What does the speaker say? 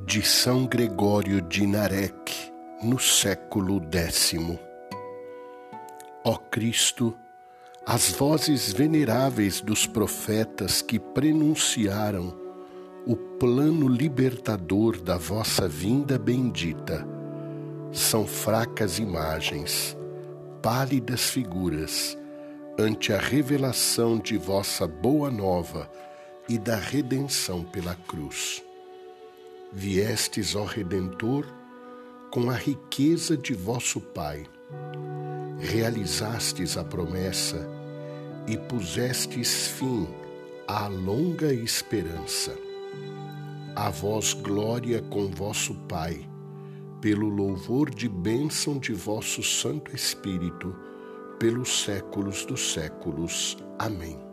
de São Gregório de Narek, no século X. Ó Cristo, as vozes veneráveis dos profetas que prenunciaram o plano libertador da vossa vinda bendita são fracas imagens, pálidas figuras, ante a revelação de vossa boa nova e da redenção pela cruz. Viestes, ó Redentor, com a riqueza de vosso Pai, realizastes a promessa e pusestes fim à longa esperança. A vós glória com vosso Pai, pelo louvor de bênção de vosso Santo Espírito, pelos séculos dos séculos. Amém.